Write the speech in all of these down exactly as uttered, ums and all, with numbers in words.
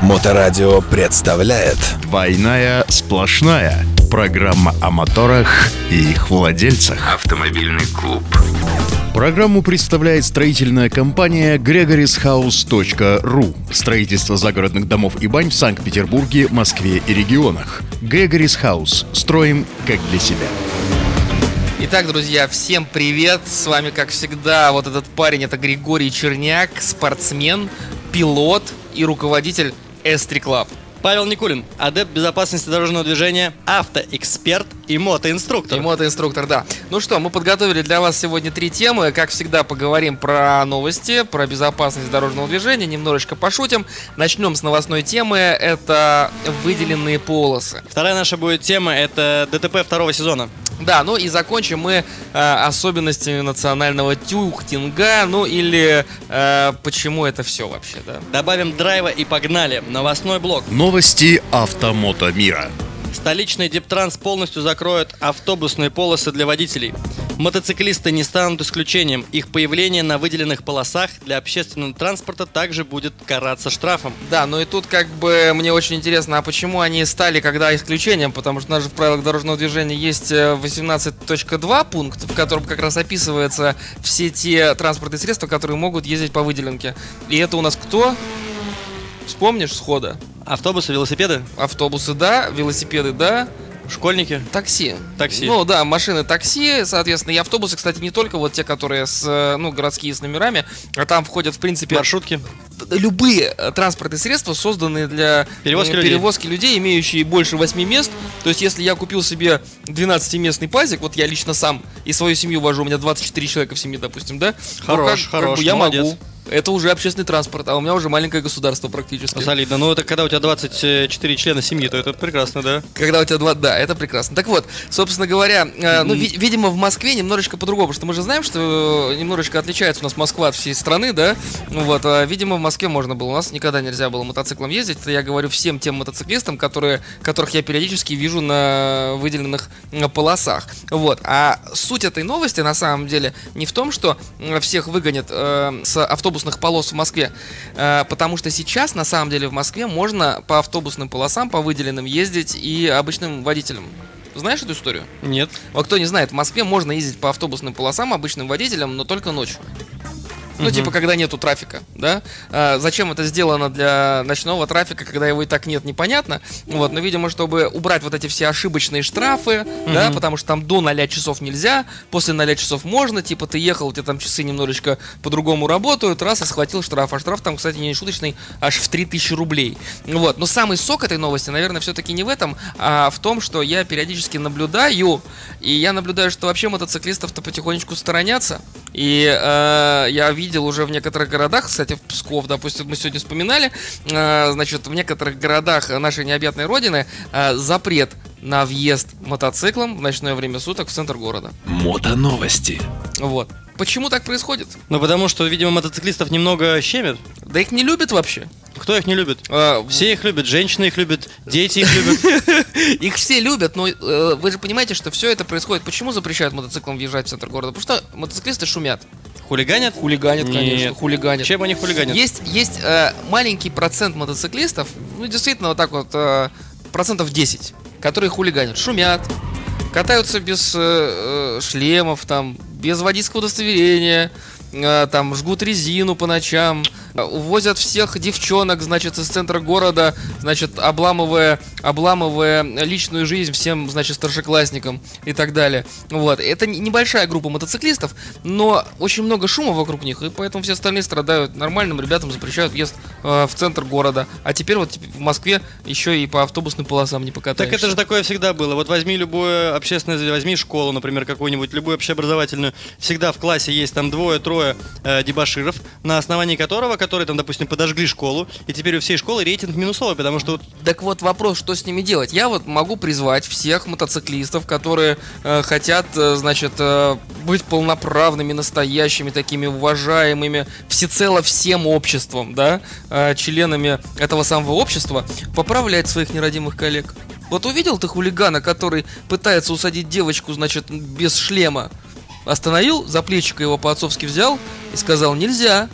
Моторадио представляет «Двойная сплошная». Программа о моторах и их владельцах. Автомобильный клуб. Программу представляет строительная компания грегорис хаус точка ру. Строительство загородных домов и бань в Санкт-Петербурге, Москве и регионах. Грегорис Хаус. Строим как для себя. Итак, друзья, всем привет! С вами, как всегда, вот этот парень, это Григорий Черняк, спортсмен, пилот и руководитель эс три Club. Павел Никулин, адепт безопасности дорожного движения, автоэксперт и мотоинструктор. И мотоинструктор, да. Ну что, мы подготовили для вас сегодня три темы. Как всегда, поговорим про новости, про безопасность дорожного движения, немножечко пошутим. Начнем с новостной темы, это выделенные полосы. Вторая наша будет тема, это ДТП второго сезона. Да, ну и закончим мы э, особенностями национального тюхтинга, ну или э, почему это все вообще, да. Добавим драйва и погнали. Новостной блок. Новости автомото мира. Столичный Дептранс полностью закроет автобусные полосы для водителей. Мотоциклисты не станут исключением. Их появление на выделенных полосах для общественного транспорта также будет караться штрафом. Да, ну и тут как бы мне очень интересно, а почему они стали когда исключением? Потому что у нас же в правилах дорожного движения есть восемнадцать точка два пункт, в котором как раз описываются все те транспортные средства, которые могут ездить по выделенке. И это у нас кто? Вспомнишь схода? Автобусы, велосипеды? Автобусы, да, велосипеды, да. Школьники? Такси. Такси. Ну да, машины такси, соответственно, и автобусы, кстати, не только вот те, которые с, ну, городские с номерами, а там входят, в принципе... Маршрутки? Любые транспортные средства, созданные для перевозки, перевозки людей. людей, имеющие больше восьми мест. То есть, если я купил себе двенадцатиместный пазик, вот я лично сам и свою семью вожу, у меня двадцать четыре человека в семье, допустим, да? Хорош, ну, как, хорош, как бы я молодец. могу. Это уже общественный транспорт, а у меня уже маленькое государство практически. Солидно. Ну, это когда у тебя двадцать четыре члена семьи, то это прекрасно, да? Когда у тебя два, да, это прекрасно. Так вот, собственно говоря, э, ну, ви- видимо, в Москве немножечко по-другому, потому что мы же знаем, что немножечко отличается у нас Москва от всей страны, да? Ну вот, а, видимо, в Москве можно было. У нас никогда нельзя было мотоциклом ездить. Это я говорю всем тем мотоциклистам, которые, которых я периодически вижу на выделенных э, полосах. Вот. А суть этой новости, на самом деле, не в том, что э, всех выгонят э, с автобусных полос в Москве, э, потому что сейчас, на самом деле, в Москве можно по автобусным полосам, по выделенным ездить и обычным водителям. Знаешь эту историю? Нет. Вот кто не знает, в Москве можно ездить по автобусным полосам обычным водителям, но только ночью. Ну, Мгм. типа, когда нету трафика, да? А, зачем это сделано для ночного трафика, когда его и так нет, непонятно. Вот, но, видимо, чтобы убрать вот эти все ошибочные штрафы, да, потому что там до ноля часов нельзя, после ноля часов можно, типа, ты ехал, у тебя там часы немножечко по-другому работают, раз, и схватил штраф. А штраф там, кстати, не шуточный, аж в три тысячи рублей. Вот, но самый сок этой новости, наверное, все-таки не в этом, а в том, что я периодически наблюдаю, и я наблюдаю, что вообще мотоциклистов-то потихонечку сторонятся, и э, я видел уже в некоторых городах, кстати, в Псков, допустим, мы сегодня вспоминали, э, значит, в некоторых городах нашей необъятной родины э, запрет на въезд мотоциклом в ночное время суток в центр города. Мотоновости. Вот. Почему так происходит? Ну, потому что, видимо, мотоциклистов немного щемят. Да их не любят вообще. Кто их не любит? Э, Все их любят, женщины их любят, дети их любят. Их все любят, но э, вы же понимаете, что все это происходит. Почему запрещают мотоциклам въезжать в центр города? Потому что мотоциклисты шумят. Хулиганят? Хулиганят, Нет. конечно, хулиганят. Чем они хулиганят? Есть, есть э, маленький процент мотоциклистов, ну действительно вот так вот, э, процентов десять, которые хулиганят, шумят, катаются без э, э, шлемов, там, без водительского удостоверения, э, там, жгут резину по ночам, э, увозят всех девчонок, значит, из центра города, значит, обламывая, обламывая личную жизнь всем, значит, старшеклассникам и так далее. Вот. Это не- небольшая группа мотоциклистов, но очень много шума вокруг них, и поэтому все остальные страдают. Нормальным ребятам запрещают въезд э, в центр города. А теперь вот в Москве еще и по автобусным полосам не покатаешься. Так это же такое всегда было. Вот возьми любое общественное заведение, возьми школу, например, какую-нибудь, любую общеобразовательную. Всегда в классе есть там двое-трое э, дебоширов, на основании которого, которые там, допустим, подожгли школу, и теперь у всей школы рейтинг минусовый, потому что вот Так вот вопрос, что с ними делать? Я вот могу призвать всех мотоциклистов, которые э, хотят, э, значит, э, быть полноправными, настоящими, такими уважаемыми, всецело всем обществом, да, э, членами этого самого общества, поправлять своих нерадимых коллег. Вот увидел ты хулигана, который пытается усадить девочку, значит, без шлема, остановил, за плечико его по-отцовски взял и сказал: нельзя.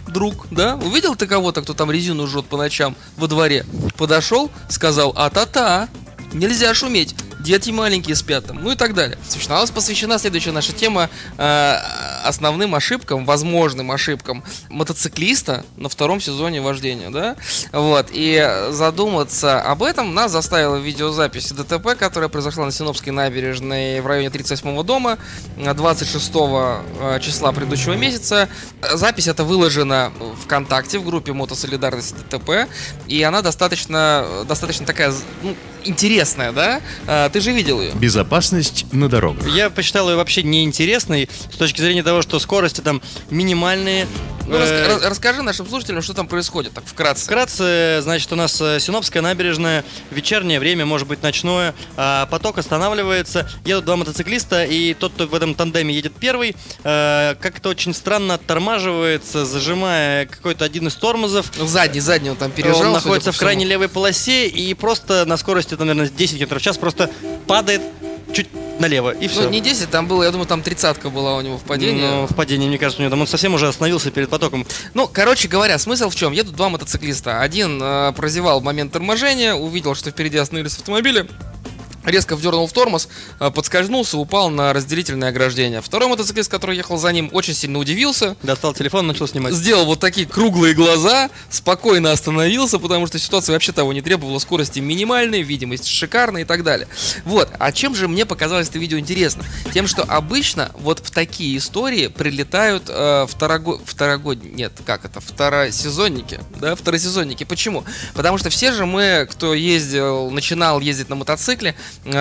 друг, да? Увидел ты кого-то, кто там резину жжет по ночам во дворе? Подошел, сказал: а-та-та, нельзя шуметь, дети маленькие спят там, ну и так далее. Собственно, у нас посвящена следующая наша тема э, основным ошибкам, возможным ошибкам мотоциклиста на втором сезоне вождения, да? Вот, и задуматься об этом нас заставила видеозапись ДТП, которая произошла на Синопской набережной в районе тридцать восьмого дома двадцать шестого числа предыдущего месяца. Запись эта выложена ВКонтакте в группе «Мотосолидарность ДТП», и она достаточно, достаточно такая, ну, интересная, да? А, ты же видел ее? Безопасность на дорогах. Я посчитал ее вообще неинтересной с точки зрения того, что скорости там минимальные. Ну, Э, рас- расскажи нашим слушателям, что там происходит, так вкратце. Вкратце, значит, у нас э, Синопская набережная, вечернее время, может быть, ночное, а поток останавливается, едут два мотоциклиста, и тот, кто в этом тандеме едет первый, э, как-то очень странно оттормаживается, зажимая какой-то один из тормозов. Ну, задний, задний он там пережал. Он судя находится по в крайней всему. левой полосе и просто на скорости, там, наверное, десять километров в час просто падает чуть налево, и все. Ну, не десять, там было, я думаю, там тридцатка была у него в падении. Ну, в падении, мне кажется, у него там он совсем уже остановился перед потоком. Ну, короче говоря, смысл в чем? Едут два мотоциклиста. Один э, прозевал в момент торможения, увидел, что впереди остановились автомобили, резко вдернул в тормоз, э, подскользнулся, упал на разделительное ограждение. Второй мотоциклист, который ехал за ним, очень сильно удивился. Достал телефон, начал снимать. Сделал вот такие круглые глаза, спокойно остановился, потому что ситуация вообще того не требовала, скорости минимальные, видимость шикарная и так далее. Вот, а чем же мне показалось это видео интересно? Тем, что обычно вот в такие истории прилетают э, второго... второгод... Нет, как это? Второсезонники, да, второсезонники. Почему? Потому что все же мы, кто ездил, начинал ездить на мотоцикле,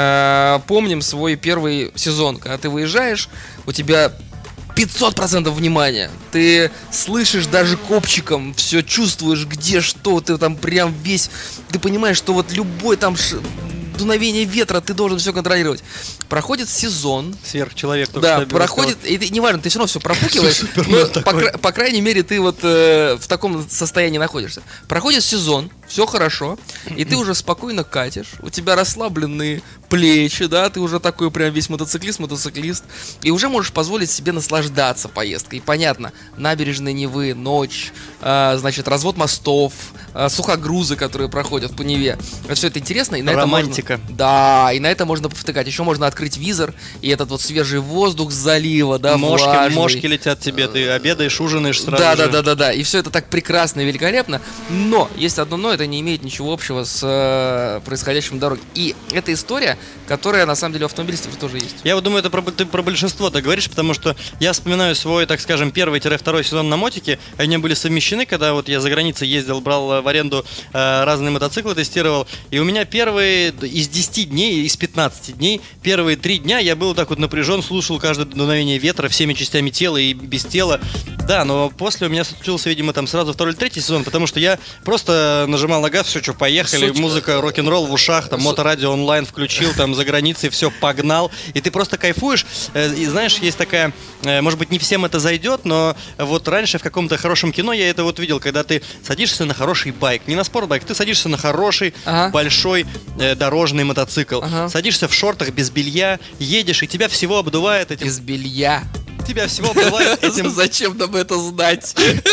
э, помним свой первый сезон, когда ты выезжаешь, у тебя пятьсот процентов внимания. Ты слышишь даже копчиком, все чувствуешь, где что, ты там прям весь, ты понимаешь, что вот любой там ш... дуновение ветра, ты должен все контролировать. Проходит сезон. Сверхчеловек. только Да, что проходит, и ты, неважно, ты все равно все пропукиваешь, Супермен но, такой. по, кра- по крайней мере, ты вот э, в таком состоянии находишься. Проходит сезон, все хорошо, и ты уже спокойно катишь, у тебя расслабленные плечи, да, ты уже такой прям весь мотоциклист, мотоциклист, и уже можешь позволить себе наслаждаться поездкой. И понятно, набережная Невы, ночь, э, значит, развод мостов, э, сухогрузы, которые проходят по Неве. Все это интересно, и на Романтика. это можно... Да, и на это можно повтыкать. Еще можно открыть визор, и этот вот свежий воздух с залива, да, Мошки, влажный. мошки летят тебе, ты обедаешь, ужинаешь сразу Да, же. да, да, да, да. И все это так прекрасно и великолепно. Но есть одно но, это не имеет ничего общего с э, происходящим на дороге. И эта история, которая на самом деле у автомобилистов тоже есть. Я вот думаю, это про, ты про большинство ты говоришь, потому что я вспоминаю свой, так скажем, первый-второй сезон на мотике. Они были совмещены, когда вот я за границей ездил, брал э, в аренду э, разные мотоциклы, тестировал. И у меня первые из десяти дней, из пятнадцати дней, первые три дня я был так вот напряжен, слушал каждое дуновение ветра всеми частями тела и без тела. Да, но после у меня случился, видимо, там сразу второй или третий сезон, потому что я просто нажимал на газ, все, что, поехали, Суть- музыка, рок-н-ролл в ушах, там, Су- моторадио онлайн включил, там, за границей, все, погнал, и ты просто кайфуешь. Э, И знаешь, есть такая, э, может быть, не всем это зайдет, но вот раньше в каком-то хорошем кино я это вот видел, когда ты садишься на хороший байк, не на спортбайк, ты садишься на хороший, Ага. большой э, дорожный мотоцикл, Ага. садишься в шортах без белья, едешь, и тебя всего обдувает этим, Из белья. тебя всего обдувает этим, Зачем нам это знать?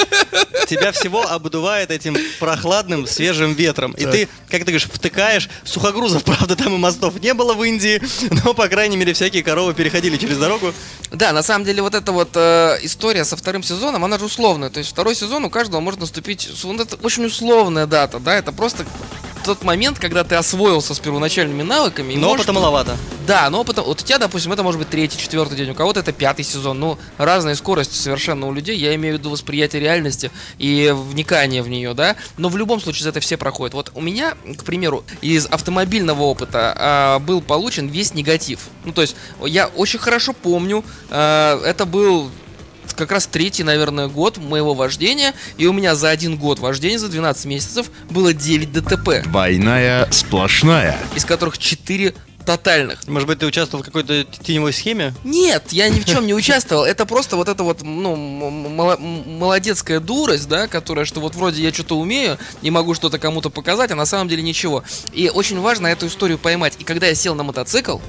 тебя всего обдувает этим прохладным, свежим ветром. И ты, как ты говоришь, втыкаешь. Сухогрузов, правда, там и мостов не было в Индии, но, по крайней мере, всякие коровы переходили через дорогу. Да, на самом деле вот эта вот э, история со вторым сезоном, она же условная. То есть второй сезон у каждого может наступить... с- ну, это очень условная дата, да, это просто тот момент, когда ты освоился с первоначальными навыками. и Но можешь- опыта маловато. Да, но опыта... Вот у тебя, допустим, это может быть третий, четвертый день, у кого-то это пятый сезон. Ну, разные скорости совершенно у людей. Я имею в виду восприятие реальности и вникание в нее, да. Но в любом случае за это все проходят. Вот у меня, к примеру, из автомобильного опыта а, был получен весь негатив. Ну, то есть я очень хорошо помню, а, это был как раз третий, наверное, год моего вождения, и у меня за один год вождения, за двенадцать месяцев, было девять ДТП, Двойная сплошная. из которых четыре тотальных. Может быть, ты участвовал в какой-то теневой схеме? Нет, я ни в чем не участвовал. Это просто вот эта вот, ну, м- мало- м- молодецкая дурость, да, которая, что вот вроде я что-то умею и могу что-то кому-то показать, а на самом деле ничего. И очень важно эту историю поймать. И когда я сел на мотоцикл,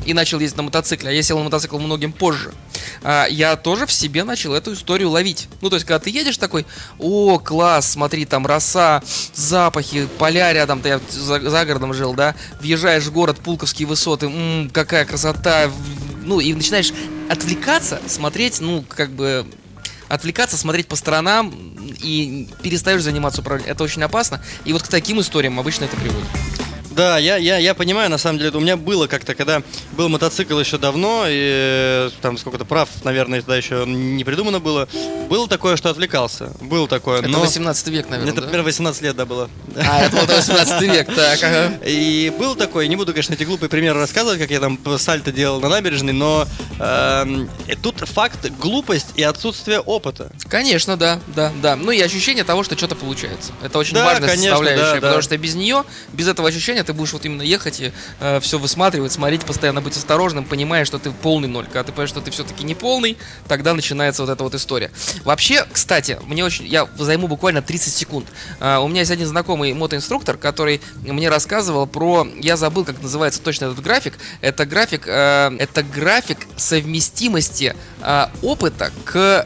и начал ездить на мотоцикле, а я сел на мотоцикл многим позже, а, я тоже в себе начал эту историю ловить. Ну, то есть, когда ты едешь такой, о, класс, смотри, там роса, запахи, поля рядом, ты я за, за городом жил, да, въезжаешь в город, Пулковские высоты, м-м, какая красота, ну, и начинаешь отвлекаться, смотреть, ну, как бы... отвлекаться, смотреть по сторонам и перестаешь заниматься управлением. Это очень опасно. И вот к таким историям обычно это приводит. Да, я, я, я понимаю, на самом деле, у меня было как-то, когда был мотоцикл еще давно, и там сколько-то прав, наверное, тогда еще не придумано было, было такое, что отвлекался, было такое, это но... восемнадцатый век, наверное, Это, да? примерно восемнадцать лет, да, было. А, это вот восемнадцатый век, так, ага. И был такой, не буду, конечно, эти глупые примеры рассказывать, как я там сальто делал на набережной, но э, тут факт глупость и отсутствие опыта. Конечно, да, да, да. Ну и ощущение того, что что-то получается. Это очень Да, важная конечно, составляющая, да, да. потому что без нее, без этого ощущения ты будешь вот именно ехать и э, все высматривать, смотреть, постоянно быть осторожным, понимая, что ты полный ноль. Когда ты понимаешь, что ты все-таки не полный, тогда начинается вот эта вот история. Вообще, кстати, мне очень, я займу буквально тридцать секунд. Э, у меня есть один знакомый мотоинструктор, который мне рассказывал про, я забыл, как называется точно этот график. Это график, э, это график совместимости э, опыта к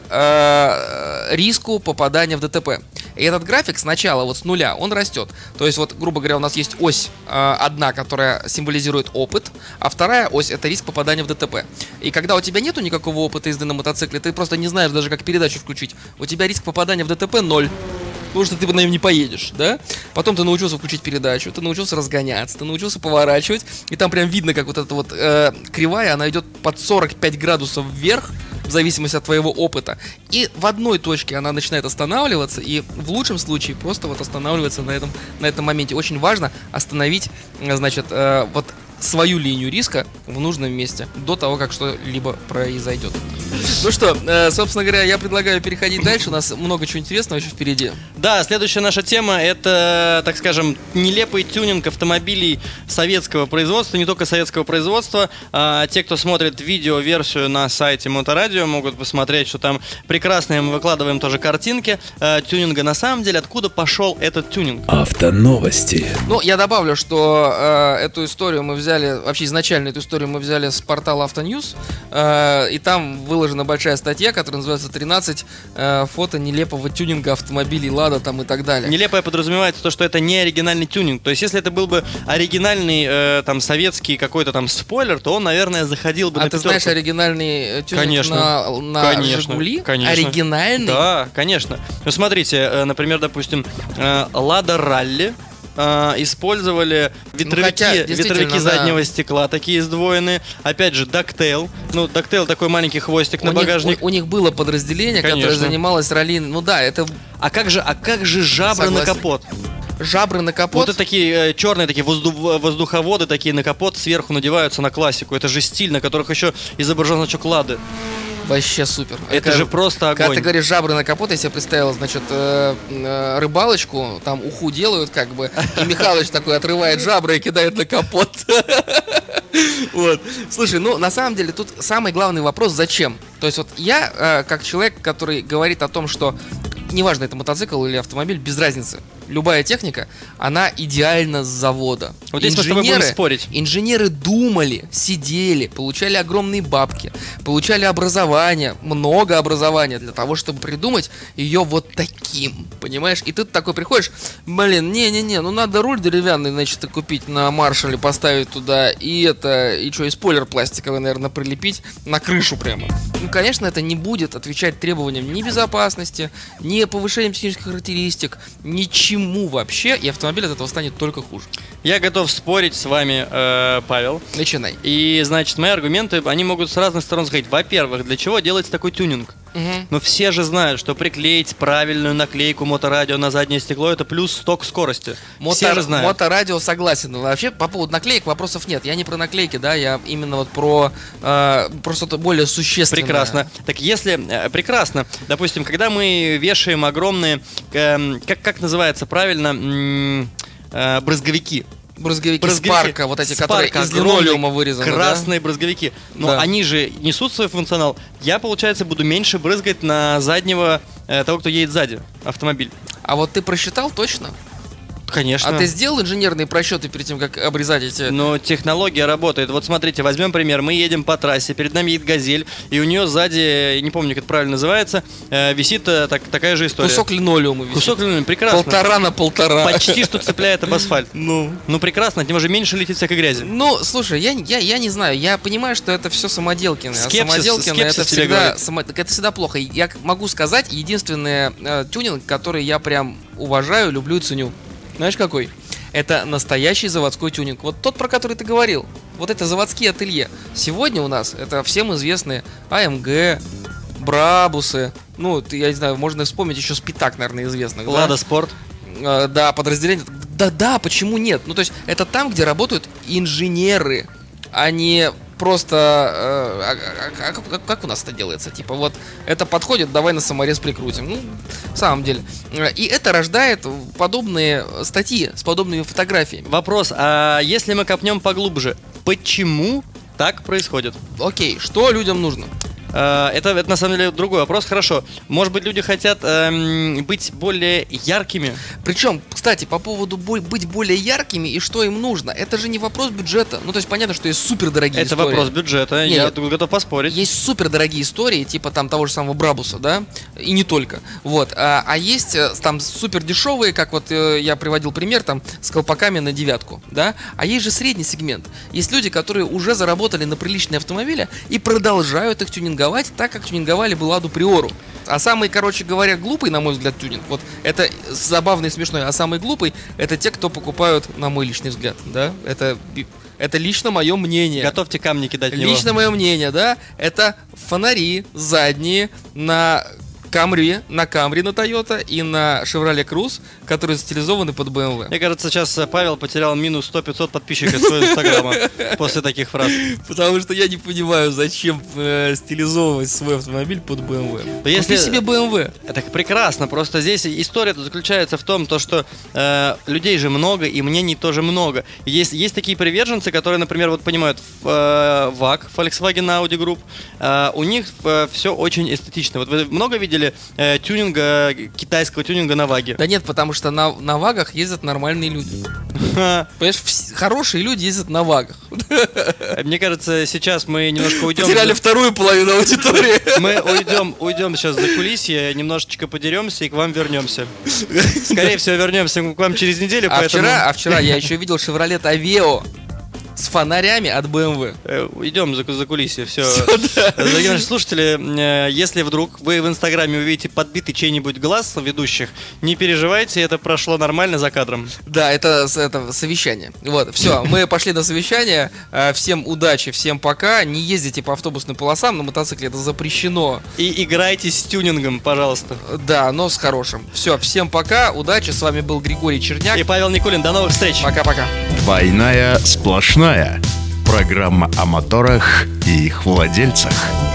э, риску попадания в ДТП. И этот график сначала вот с нуля, он растет. То есть вот, грубо говоря, у нас есть ось э, одна, которая символизирует опыт, а вторая ось — это риск попадания в ДТП. И когда у тебя нету никакого опыта езды на мотоцикле, ты просто не знаешь даже, как передачу включить, у тебя риск попадания в ДТП ноль. Потому что ты на нем не поедешь, да? Потом ты научился включить передачу, ты научился разгоняться, ты научился поворачивать, и там прям видно, как вот эта вот э, кривая, она идет под сорок пять градусов вверх, в зависимости от твоего опыта. И в одной точке она начинает останавливаться, и в лучшем случае просто вот останавливается на этом, на этом моменте. Очень важно остановить, значит, э, вот свою линию риска в нужном месте до того, как что-либо произойдет. Ну что, э, собственно говоря, я предлагаю переходить дальше. У нас много чего интересного еще впереди. Да, следующая наша тема — это, так скажем, нелепый тюнинг автомобилей советского производства, не только советского производства. А те, кто смотрит видео-версию на сайте Моторадио, могут посмотреть, что там прекрасные, мы выкладываем тоже картинки э, тюнинга. На самом деле, откуда пошел этот тюнинг? Автоновости. Ну, я добавлю, что э, эту историю мы взяли, вообще изначально эту историю мы взяли с портала Автоньюз, э, и там выложена большая статья, которая называется тринадцать э, фото нелепого тюнинга автомобилей Лада там и так далее. Нелепое подразумевается то, что это не оригинальный тюнинг. То есть, если это был бы оригинальный, э, там, советский какой-то там спойлер, то он, наверное, заходил бы а на ты пятерку. знаешь оригинальный тюнинг Конечно. на, на Конечно. Жигули? Конечно. Оригинальный? Да, конечно. Ну, смотрите, э, например, допустим, э, Лада Ралли э, использовали ветровики, Ну, хотя, действительно, ветровики да. заднего стекла, такие сдвоенные. Опять же, Дактейл. Ну, Дактейл такой маленький хвостик У на них, багажник. у, у них было подразделение, Конечно. которое занималось ралли. Ну да, это А как же, а как же жабры Согласен. на капот? жабры на капот. Вот это такие э, черные такие возду- воздуховоды такие на капот сверху надеваются на классику. Это же стиль, на которых еще изображен значок Лады. Вообще супер. Это Когда- же просто Когда ты огонь. говоришь жабры на капот, я себе представил, значит, э, э, рыбалочку, там уху делают как бы, и Михалыч такой отрывает жабры и кидает на капот. Вот. Слушай, ну на самом деле тут самый главный вопрос: зачем? То есть вот я, э, как человек, который говорит о том, что неважно, это мотоцикл или автомобиль, без разницы. Любая техника, она идеальна с завода. Вот здесь мы с тобой будем спорить. Инженеры думали, сидели, получали огромные бабки, получали образование, много образования для того, чтобы придумать ее вот таким, понимаешь? И ты такой приходишь, блин, не-не-не, ну надо руль деревянный, значит, купить на Маршале, поставить туда, и это, и что, и спойлер пластиковый, наверное, прилепить на крышу прямо. Ну, конечно, это не будет отвечать требованиям ни безопасности, ни повышения технических характеристик, ничего. Вообще, и автомобиль от этого станет только хуже. Я готов спорить с вами, э, Павел. Начинай. И, значит, мои аргументы, они могут с разных сторон сказать. Во-первых, для чего делается такой тюнинг? Угу. Но все же знают, что приклеить правильную наклейку Моторадио на заднее стекло — это плюс сто к скорости. Мото, все же знают. Моторадио согласен. Вообще, по поводу наклеек вопросов нет. Я не про наклейки, да, я именно вот про, э, про что-то более существенное. Прекрасно. Так если... Э, прекрасно. Допустим, когда мы вешаем огромные... Э, как, как называется правильно? М- э, брызговики. Брызговики, Брызговики Спарка, вот эти, которые Спарка, из линолеума огромные, вырезаны, красные брызговики. Но Да. они же несут свой функционал. Я, получается, буду меньше брызгать на заднего, э, того, кто едет сзади, автомобиль. да? А вот ты просчитал точно? Конечно. А ты сделал инженерные просчеты перед тем, как обрезать эти... Но технология работает. Вот смотрите, возьмем пример. Мы едем по трассе, перед нами едет «Газель», и у нее сзади, я не помню, как это правильно называется, э, висит э, так, такая же история. Кусок линолеума висит. Кусок линолеума, прекрасно. Полтора на полтора. Почти что цепляет об асфальт. Ну. Ну прекрасно, от него же меньше летит всякой грязи. Ну, слушай, я, я, я не знаю, я понимаю, что это все самоделкины. Скепсис- а самоделкины скепсис это тебе всегда, говорит. само- так это всегда плохо. Я к- могу сказать, единственный э, тюнинг, который я прям уважаю, люблю и ценю. Знаешь какой? Это настоящий заводской тюнинг. Вот тот, про который ты говорил. Вот это заводские ателье. Сегодня у нас это всем известные а эм гэ, Брабусы. Ну, ты, я не знаю, можно вспомнить еще Спитак, наверное, известных. да? Лада Спорт. Э, Да, подразделение. Да-да, почему нет? Ну, то есть, это там, где работают инженеры, а не просто... э, а- а- а как, как- как у нас это делается? Типа, вот, это подходит, давай на саморез прикрутим. Ну, в самом деле. Э, И это рождает подобные статьи с подобными фотографиями. Вопрос, а если мы копнем поглубже, почему так происходит? Окей, что людям нужно? Э, Это, это на самом деле другой вопрос. Хорошо. Может быть, люди хотят эм, быть более яркими? Причем, кстати, по поводу бо- быть более яркими и что им нужно, это же не вопрос бюджета. Ну, то есть, понятно, что есть супер дорогие Это истории. вопрос бюджета. Не, Я нет. тут готов поспорить. Есть супер дорогие истории, типа там того же самого Брабуса, да, и не только. Вот. А, а есть э, там супер дешевые, как вот э, я приводил пример, там с колпаками на девятку, да. А есть же средний сегмент. Есть люди, которые уже заработали на приличные автомобили и продолжают их тюнинговать так, как тюнинговали бы Ладу Приору. А самый, короче говоря, глупый, на мой взгляд, тюнинг, вот это забавный и смешной, а самый глупый, это те, кто покупают, на мой личный взгляд, да, это... Это лично мое мнение. Готовьте камни кидать в него. Лично мое мнение, да, это фонари задние на Камри, на Камри на Toyota и на Chevrolet Cruze, которые стилизованы под бэ эм вэ. Мне кажется, сейчас э, Павел потерял минус сто-пятьсот подписчиков своего инстаграма после таких фраз. Потому что я не понимаю, зачем э, стилизовывать свой автомобиль под бэ эм вэ. Да если- Купи себе бэ эм вэ. Это прекрасно, просто здесь история заключается в том, то, что э, людей же много и мнений тоже много. Есть, есть такие приверженцы, которые, например, вот понимают э, вак, Volkswagen Audi Group, э, у них все очень эстетично. Вот вы много видели э, тюнинга, китайского тюнинга на ваге? Да нет, потому что на, на вагах ездят нормальные люди. Понимаешь, вс- хорошие люди ездят на вагах. Мне кажется, сейчас мы немножко уйдем. Потеряли вторую половину аудитории. Мы уйдем, уйдем сейчас за кулисье, немножечко подеремся и к вам вернемся. Скорее всего, вернемся к вам через неделю, А поэтому вчера, а вчера я еще видел Chevrolet Aveo с фонарями от бэ эм вэ. э, идем за, за кулисье. Все. Дорогие наши слушатели, э, если вдруг вы в Инстаграме увидите подбитый чей-нибудь глаз ведущих, не переживайте, это прошло нормально за кадром. Да, это, с- это совещание. Вот, все, мы пошли на совещание. Э, Всем удачи, всем пока. Не ездите по автобусным полосам на мотоцикле, это запрещено. И играйте с тюнингом, пожалуйста. Да, но с хорошим. Все, всем пока, удачи. С вами был Григорий Черняк. И Павел Никулин, до новых встреч. Пока-пока. Двойная сплошная. Программа о моторах и их владельцах.